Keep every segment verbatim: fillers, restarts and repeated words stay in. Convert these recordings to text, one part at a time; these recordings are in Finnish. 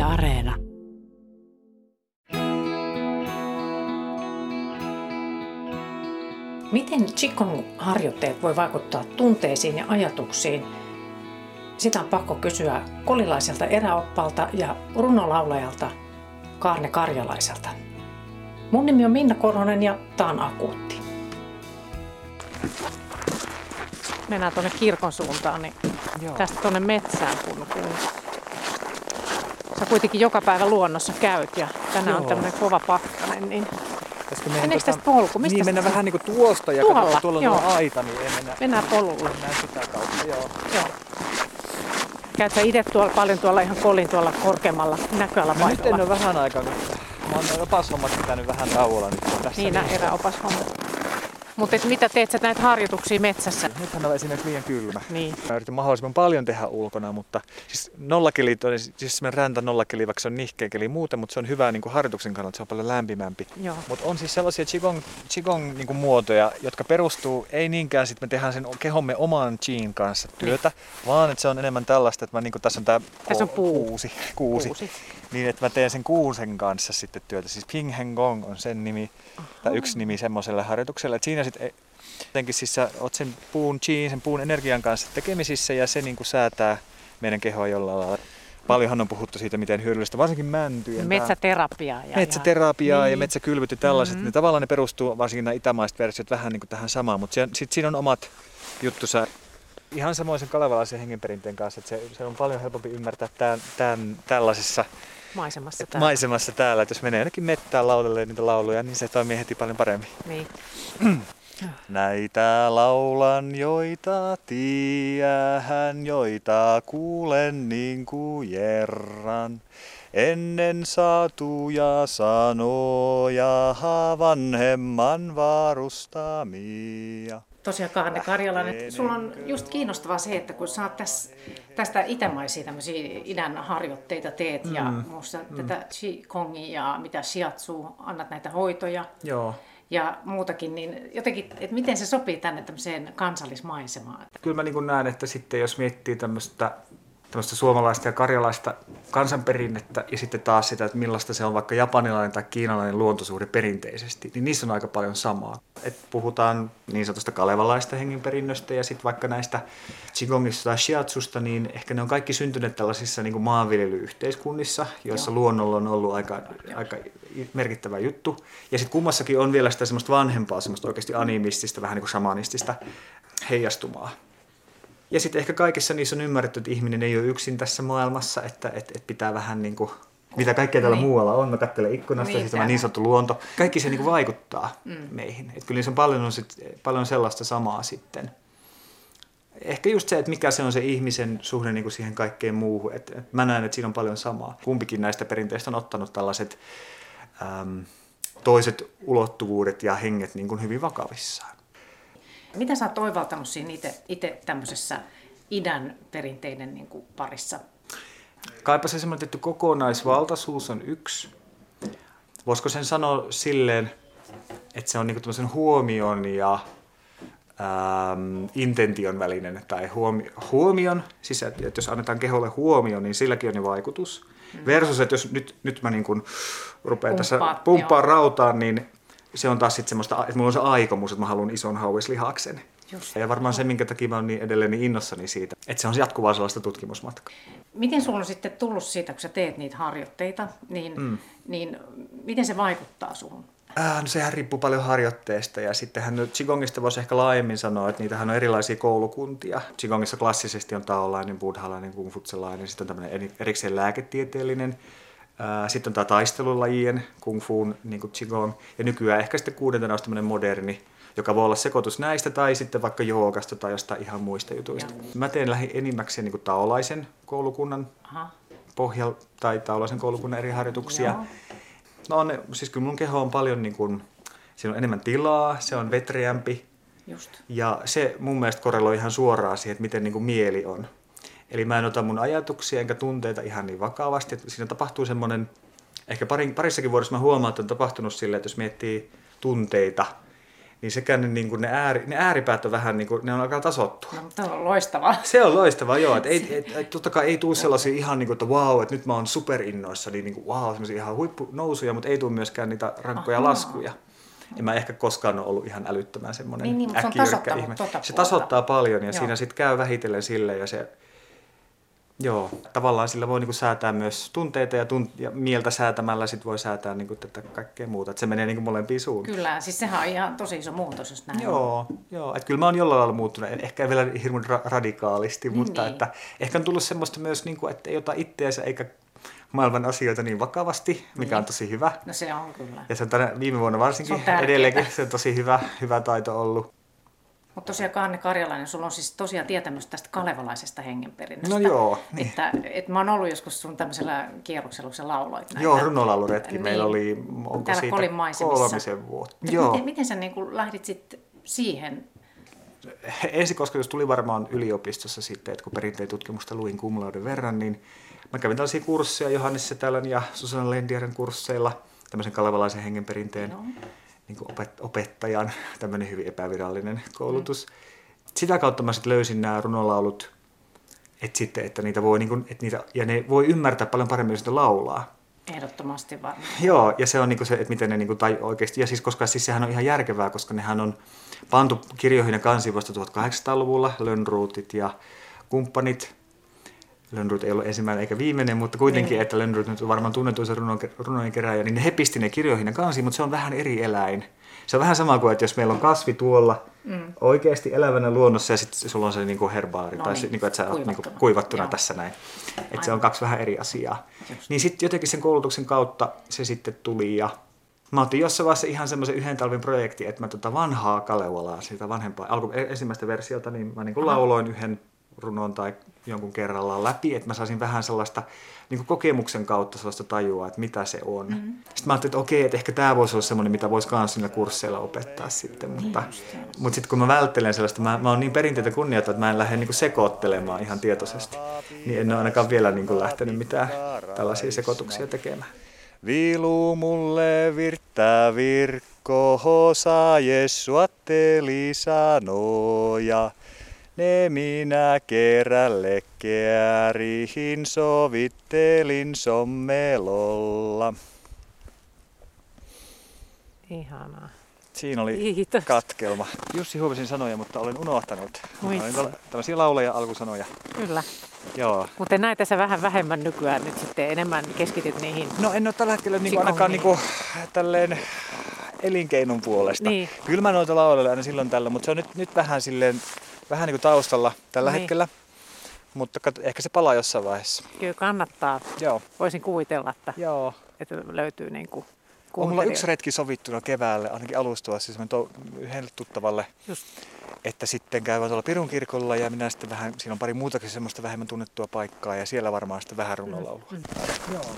Areena. Miten Qigong-harjoitteet voi vaikuttaa tunteisiin ja ajatuksiin? Sitä on pakko kysyä kolilaiselta eräoppalta ja runolaulajalta Kaarne Karjalaiselta. Mun nimi on Minna Korhonen ja tää on Akuutti. Mennään tuonne kirkon suuntaan, niin Joo. tästä tuonne metsään kun, kun sä kuitenkin joka päivä luonnossa käyt ja tänään Joo. on tämmöinen kova pakkanen, niin meneekö tästä polku? Mistä niin, mennään vähän niin kuin tuosta ja tuolla, katsotaan, tuolla joo. on aita, niin ei mennä. Mennään polulle. Mennään sitä kautta, joo. joo. Käyt sä itse tuolla, paljon tuolla ihan kolin tuolla korkeammalla näköalapaikalla? Nyt en ole vähän aikaa, kun mä oon opashommat pitänyt vähän tauolla nyt tässä. Niin, nämä eräopashommat. Mutta mitä teet sä näitä harjoituksia metsässä? Nythän on esimerkiksi liian kylmä. Niin. Mä yritän mahdollisimman paljon tehdä ulkona, mutta siis nollakeli, siis semmoinen räntä nollakeli, vaikka se on nihkeä keli muuten, mutta se on hyvä niin kuin harjoituksen kannalta, se on paljon lämpimämpi. Mutta on siis sellaisia qigong, qigong niin kuin muotoja, jotka perustuu, ei niinkään sit me tehdään sen kehomme oman qin kanssa työtä, niin. vaan että se on enemmän tällaista, että mä, niin kuin tässä on tää tässä on puu. kuusi, kuusi, kuusi, niin että mä teen sen kuusen kanssa sitten työtä. Siis Ping Heng Gong on sen nimi, Aha. tai yksi nimi semmoiselle harjoitukselle, että siinä sitten jotenkin siis sä oot sen puun qin, sen puun energian kanssa tekemisissä ja se niin kuin säätää meidän kehoa jollain lailla. Paljonhan on puhuttu siitä, miten hyödyllistä, varsinkin mäntyjen. Metsäterapiaa. Ja, metsäterapiaa ja, ja metsäkylvyt ja tällaiset. Mm-hmm. Ne tavallaan ne perustuu, varsinkin nämä itämaiset versiot, vähän niin kuin tähän samaan, mutta sitten siinä on omat juttusa. Ihan samoin kalevalaisen hengenperinteen kanssa, että se, se on paljon helpompi ymmärtää tämän, tämän tällaisessa maisemassa täällä. maisemassa täällä. Että jos menee jonnekin mettään laulelee niitä lauluja, niin se toimii heti paljon paremmin. Niin. Näitä laulan, joita tiähän, joita kuulen niin kuin jerran. Ennen saatuja sanoja vanhemman varustamia. Tosiaan Kaarne Karjalainen, sulla on just kiinnostavaa se, että kun sä oot täs, tästä itämaisia tämmöisiä idän harjoitteita teet mm. ja muussa mm. tätä Qigongia ja mitä shiatsu, annat näitä hoitoja. Joo. Ja muutakin, niin jotenkin, että miten se sopii tänne tämmöiseen kansallismaisemaan? Kyllä mä niin kuin näen, että sitten jos miettii tämmöistä, tämmöistä suomalaista ja karjalaista kansanperinnettä ja sitten taas sitä, että millaista se on vaikka japanilainen tai kiinalainen luontosuhde perinteisesti, niin niissä on aika paljon samaa. Et puhutaan niin sanotusta kalevalaista hengenperinnöstä ja sitten vaikka näistä qigongista tai shiatsusta, niin ehkä ne on kaikki syntyneet tällaisissa niin kuin maanviljelyyhteiskunnissa, joissa Joo. luonnolla on ollut aika, aika merkittävä juttu. Ja sitten kummassakin on vielä sitä semmoista vanhempaa, semmoista oikeasti animistista, vähän niin kuin shamanistista heijastumaa. Ja sitten ehkä kaikissa niissä on ymmärretty, että ihminen ei ole yksin tässä maailmassa, että et, et pitää vähän niin kuin, mitä kaikkea täällä niin. muualla on. Mä katselen ikkunasta, niin, siis tämä niin sanottu luonto. Kaikki se niin kuin vaikuttaa mm. meihin. Et kyllä niissä on paljon, on sit, paljon sellaista samaa sitten. Ehkä just se, että mikä se on se ihmisen suhde niin kuin siihen kaikkeen muuhun. Et, et mä näen, että siinä on paljon samaa. Kumpikin näistä perinteistä on ottanut tällaiset äm, toiset ulottuvuudet ja henget niin kuin hyvin vakavissaan. Mitä sä oot oivaltanut siinä itse tämmöisessä idän perinteiden niin kuin parissa? Kaipa se semmoinen tietty kokonaisvaltaisuus on yksi. Voisiko sen sanoa silleen, että se on niin tämmöisen huomion ja ähm, intention välinen, tai huomi- huomion, siis että jos annetaan keholle huomio, niin silläkin on jo vaikutus. Mm. Versus, että jos nyt, nyt mä niin kuin rupean Pumppaat, tässä pumppaan rautaan, niin se on taas sitten semmoista, että mulla on se aikomus, että mä haluan ison hauislihaksen. Just. Ja varmaan se, minkä takia mä oon niin edelleen niin innossani siitä, että se on jatkuvaa sellaista tutkimusmatkaa. Miten sulla on sitten tullut siitä, kun sä teet niitä harjoitteita, niin, mm. niin miten se vaikuttaa suhun? Äh, no sehän riippuu paljon harjoitteesta ja sittenhän nyt Qigongista voisi ehkä laajemmin sanoa, että niitähän on erilaisia koulukuntia. Qigongissa klassisesti on taolainen, buddhalainen, kungfutselainen, sitten on tämmöinen erikseen lääketieteellinen. Sitten on tämä taistelulajien, kung fuun, niin kuin qigong, ja nykyään ehkä sitten kuudentena on tämmöinen moderni, joka voi olla sekoitus näistä tai sitten vaikka joogasta tai jostain ihan muista jutuista. Ja. Mä teen lähi enimmäkseen niin kuin taolaisen koulukunnan pohjalta tai taolaisen koulukunnan eri harjoituksia. Ja. No on, siis kyllä mun keho on paljon, niin kuin, siinä on enemmän tilaa, se on vetreämpi Just. ja se mun mielestä korreloi ihan suoraan siihen, että miten niin kuin mieli on. Eli mä en ota mun ajatuksia enkä tunteita ihan niin vakavasti, että siinä tapahtuu semmoinen, ehkä parin, parissakin vuodessa mä huomaan, että on tapahtunut silleen, että jos miettii tunteita, niin sekään ne, niin kuin ne, ääri, ne ääripäät on vähän, niin kuin, ne on alkaa tasoittua. No, mutta on loistavaa. Se on loistavaa, joo. Että ei, et, et, totta kai ei tule sellaisia ihan, niin kuin, että vau, wow, että nyt mä oon superinnoissa, niin, niin kuin, wow, sellaisia ihan huippunousuja, mutta ei tule myöskään niitä rankkoja Aha. laskuja. Ja mä ehkä koskaan ole ollut ihan älyttömän semmoinen niin, niin, äkkijyrkkä ihminen. Tota se tasoittaa paljon ja joo. siinä sitten käy vähitellen silleen ja se, joo, tavallaan sillä voi niinku säätää myös tunteita ja, tunt- ja mieltä säätämällä sit voi säätää niinku tätä kaikkea muuta. Et se menee niinku molempiin suuntiin. Kyllä, siis sehän on ihan tosi iso muutos, jos näin Joo, joo. Et kyllä mä oon jollain lailla muuttunut, ehkä vielä hirveän ra- radikaalisti, niin, mutta niin. Että ehkä on tullut semmoista myös, niinku, että ei ota itseänsä eikä maailman asioita niin vakavasti, mikä niin. on tosi hyvä. No se on kyllä. Ja se on tänä, viime vuonna varsinkin se edelleenkin, se on tosi hyvä, hyvä taito ollut. Mutta tosiaan Kaarne Karjalainen, sulla on siis tosiaan tietämys tästä kalevalaisesta hengenperinnöstä. No joo. Niin. Että, että mä oon ollut joskus sun tämmöisellä kierroksella, kun sä lauloit näitä. Joo, runolauluretki. Niin. Meillä oli, onko täällä siitä Kolin maisemissa. kolmisen vuotta. Joo. Miten, miten sä niin kuin lähdit sitten siihen? Ensikosketus tuli varmaan yliopistossa sitten, että kun perinteen tutkimusta luin cum laude verran, niin mä kävin tällaisia kursseja Johannes Setälän ja Susanna Lendijärven kursseilla, tämmöisen kalevalaisen hengenperinteen no. niin kuin opet- opettajan, tämmöinen hyvin epävirallinen koulutus. Mm. Sitä kautta mä sitten löysin nämä runolaulut, että sitten, että niitä voi, niin kuin, että niitä, ja ne voi ymmärtää paljon paremmin, jos ne laulaa. Ehdottomasti varmaan. Joo, ja se on niin kuin se, että miten ne niin kuin, tai oikeasti, ja siis koska siis sehän on ihan järkevää, koska nehän on pantu kirjoihin ja kansiin vasta tuhatkahdeksansataaluvulla, Lönnrothit ja kumppanit. Lönnroth ei ollut ensimmäinen eikä viimeinen, mutta kuitenkin, niin. Että Lönnroth nyt on varmaan tunnetuisa runojen kerääjä, niin ne pisti ne kirjoihin ja kansiin, mutta se on vähän eri eläin. Se on vähän sama kuin, että jos meillä on kasvi tuolla mm. oikeasti elävänä luonnossa ja sitten sulla on se niin kuin herbaari, no tai niin, niin kuin, että sä oot niin kuin kuivattuna Joo. tässä näin. Että se on kaksi vähän eri asiaa. Just. Niin sitten jotenkin sen koulutuksen kautta se sitten tuli ja mä otin jossain vaiheessa ihan semmoisen yhden talvin projekti, että mä tota vanhaa Kalevalaa, sitä vanhempaa, alku, ensimmäistä versiota, niin mä niin kuin lauloin yhden runon tai jonkun kerrallaan läpi, että mä saisin vähän sellaista niin kuin kokemuksen kautta sellaista tajua, että mitä se on. Mm-hmm. Sitten mä ajattelin, että okei, että ehkä tämä voisi olla semmoinen, mitä voisi myös niillä kursseilla opettaa sitten, mutta, mutta sitten kun mä välttelen sellaista, mä, mä oon niin perinteitä kunnioittaa, että mä en lähde niin kuin sekoittelemaan ihan tietoisesti, niin en ole ainakaan vielä niin kuin lähtenyt mitään tällaisia sekoituksia tekemään. Vilu mulle virttää virkko, hosa Jesuatteli sanoja. Ne minä kerälle käärihin sovittelin sommelolla. Ihanaa. Siinä oli Kiitos. katkelma. Jussi Huovesin sanoja, mutta olen unohtanut. Olen tällaisia lauleja alkusanoja. Kyllä. Joo. Mutta näitä sä vähän vähemmän nykyään nyt sitten enemmän keskityt niihin. No en ole tällä hetkellä niinku ainakaan niinku, tälleen elinkeinon puolesta. Niin. Kyllä mä noita laulella aina silloin tällä, mutta se on nyt, nyt vähän silleen vähän niin kuin taustalla tällä niin. hetkellä, mutta kat- ehkä se palaa jossain vaiheessa. Kyllä kannattaa. Joo. Voisin kuvitella, että, Joo. että löytyy niin kuin on mulla yksi retki sovittuna keväälle, ainakin alustua siis to- yhdelle tuttavalle, Just. että sitten käyvät tuolla Pirun kirkolla ja minä sitten vähän, siinä on pari muutakin semmoista vähemmän tunnettua paikkaa ja siellä varmaan sitten vähän runolaulua. Mm. Mm. Joo.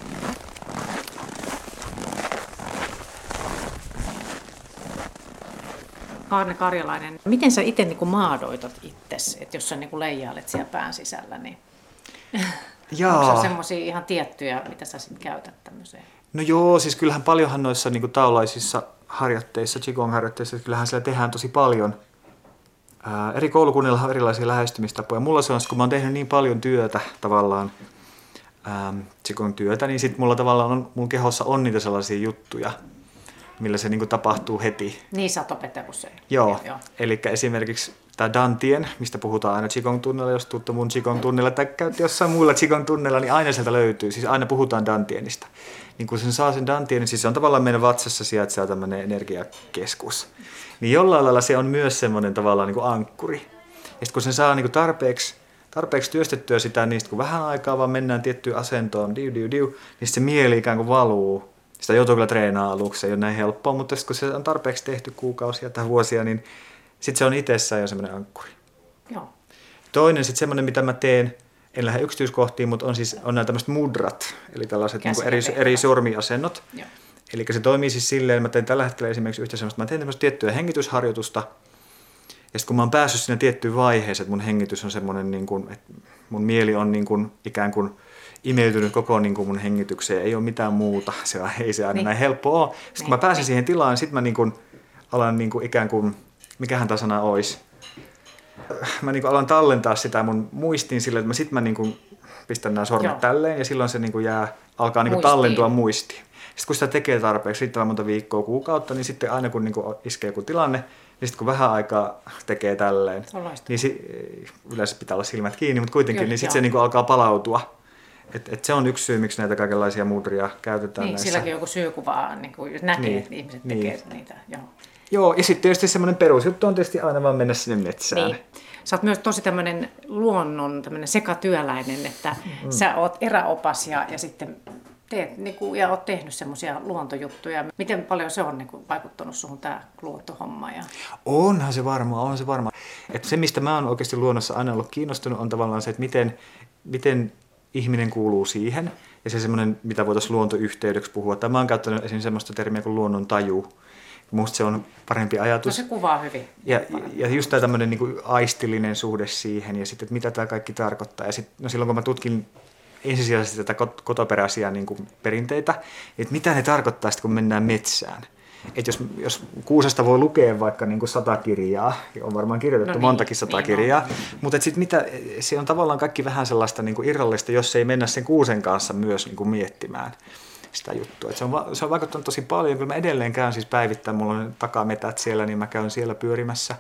Kaarne Karjalainen, miten sä itse niin maadoitat itsesi, että jos sä niin leijailet siellä pään sisällä, niin onko se semmoisia ihan tiettyjä, mitä sä sitten käytät tämmöiseen? No joo, siis kyllähän paljonhan noissa niin kuin taulaisissa harjoitteissa, qigong-harjoitteissa, kyllähän siellä tehdään tosi paljon. Ää, eri koulukunnilla on erilaisia lähestymistapoja. Mulla se on, kun mä oon tehnyt niin paljon työtä tavallaan, ää, qigong-työtä, niin sitten mulla tavallaan on, mun kehossa on niitä sellaisia juttuja, millä se niin kuin tapahtuu heti. Niin sä oot opettanut sen. Joo, joo. Eli esimerkiksi tämä Dantien, mistä puhutaan aina qigong-tunnilla, jos tuutte mun qigong-tunnilla tai käytte jossain muilla qigong-tunnilla, niin aina sieltä löytyy, siis aina puhutaan Dantienista. Niin kun sen saa sen Dantien, niin siis se on tavallaan meidän vatsassa sijaitsee tämmöinen energiakeskus. Niin jollain lailla se on myös semmoinen tavallaan niin kuin ankkuri. Ja sitten kun sen saa niin kuin tarpeeksi, tarpeeksi työstettyä sitä, niin kun vähän aikaa vaan mennään tiettyyn asentoon, diu, diu, diu, niin se mieli ikään kuin valuu. Sitä joutuu kyllä treenaamaan aluksi, ei ole näin helppoa, mutta kun se on tarpeeksi tehty kuukausia tai vuosia, niin sitten se on itsessään jo semmoinen ankkuri. Joo. Toinen sitten semmoinen, mitä mä teen, en lähde yksityiskohtiin, mutta on siis on nämä tämmöiset mudrat, eli tällaiset niin kuin eri, eri sormiasennot. Joo. Eli se toimii siis silleen, mä teen tällä hetkellä esimerkiksi yhtä semmoista, mä teen tämmöistä tiettyä hengitysharjoitusta, ja sitten kun mä oon päässyt siinä tiettyyn vaiheeseen, että mun hengitys on semmoinen, niin kuin, että mun mieli on niin kuin, ikään kuin imeytynyt koko niin kuin mun hengitykseen, ei ole mitään muuta, se on, ei se aina niin. näin helppoa ole. Sitten niin. kun mä pääsen siihen tilaan, niin sitten mä niin kuin alan niin kuin ikään kuin, mikähän tämä sana olisi, mä niin kuin alan tallentaa sitä mun muistiin silleen, että mä sit mä niin kuin pistän nämä sormet Joo. tälleen ja silloin se niin kuin jää, alkaa niin kuin tallentua muistiin. Sitten kun sitä tekee tarpeeksi riittävän monta viikkoa, kuukautta, niin sitten aina kun niin kuin iskee joku tilanne, niin sitten kun vähän aikaa tekee tälleen, niin si- yleensä pitää olla silmät kiinni, mutta kuitenkin, Joo, niin sitten se niin kuin alkaa palautua. Et, et se on yksi syy, miksi näitä kaikenlaisia mudria käytetään niin, näissä. Silläkin joku syökuva, niin kuin näkee, niin, että ihmiset niin. tekee niitä. Joo. Joo, ja sitten tietysti semmoinen perusjuttu on tietysti aina vaan mennä sinne metsään. Niin. Sä oot myös tosi tämmöinen luonnon tämmöinen sekatyöläinen, että mm. sä oot eräopas ja, ja sitten teet niin kuin, ja oot tehnyt semmoisia luontojuttuja. Miten paljon se on niin kuin, vaikuttanut suhun tää luontohomma? Ja... Onhan se varmaan, onhan se varmaan. Että se, mistä mä oon oikeasti luonnossa aina ollut kiinnostunut, on tavallaan se, että miten, miten ihminen kuuluu siihen. Ja se semmoinen, mitä voitaisiin luontoyhteydeksi puhua. Tai mä oon käyttänyt esimerkiksi semmoista termiä kuin luonnon taju. Musta se on parempi ajatus. No se kuvaa hyvin. Ja, ja just tämä tämmöinen niin kuin aistillinen suhde siihen ja sitten, että mitä tämä kaikki tarkoittaa. Ja sit, no silloin kun mä tutkin ensisijaisesti tätä kotoperäisiä niin kuin perinteitä, että mitä ne tarkoittaa sitten, kun mennään metsään. Että jos, jos kuusesta voi lukea vaikka niin kuin sata kirjaa, on varmaan kirjoitettu no niin, montakin sata niin kirjaa, no. mutta sitten mitä, se on tavallaan kaikki vähän sellaista niin kuin irrallista, jos ei mennä sen kuusen kanssa myös niin kuin miettimään sitä juttua. Et se, on, se on vaikuttanut tosi paljon. Kyllä mä edelleen käyn siis päivittäin, mulla on takametät siellä, niin mä käyn siellä pyörimässä.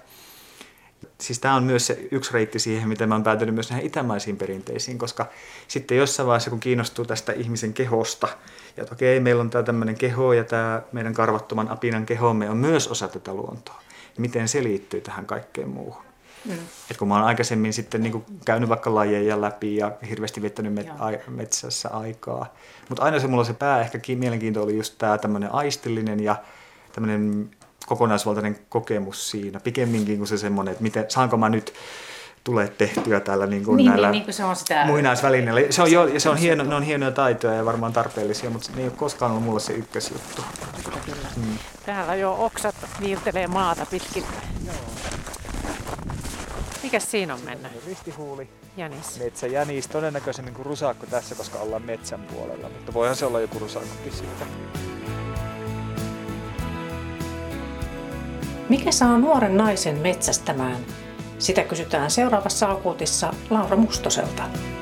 Siis tämä on myös se yksi reitti siihen, miten mä oon päätynyt myös näihin itämaisiin perinteisiin, koska sitten jossain vaiheessa, kun kiinnostuu tästä ihmisen kehosta, ja että okei, meillä on tämä tämmöinen keho ja tämä meidän karvattoman apinan kehomme on myös osa tätä luontoa. Miten se liittyy tähän kaikkeen muuhun? Mm. Et kun mä oon aikaisemmin sitten niin kuin käynyt vaikka lajeja läpi ja hirveästi viettänyt met- metsässä aikaa, mutta aina se mulla se pää ehkä mielenkiinto oli just tämä tämmöinen aistillinen ja tämmöinen kokonaisvaltainen kokemus siinä, pikemminkin kuin se semmoinen, että miten, saanko mä nyt tulee tehtyä täällä niin kuin niin, näillä niin, niin se on sitä... muinaisvälineillä. Se on, jo, ja se on hieno, ne on hienoja taitoja ja varmaan tarpeellisia, mutta ne ei ole koskaan ollut mulle se ykkösjuttu. Kyllä, kyllä. Hmm. Täällä jo oksat viiltelee maata pitkin. Joo. Mikäs siinä on mennä? Ristihuuli. Jänis. Metsäjänis, todennäköisemmin kuin rusakko tässä, koska ollaan metsän puolella, mutta voihan se olla joku rusakkokin sitten. Mikä saa nuoren naisen metsästämään? Sitä kysytään seuraavassa akuutissa Laura Mustoselta.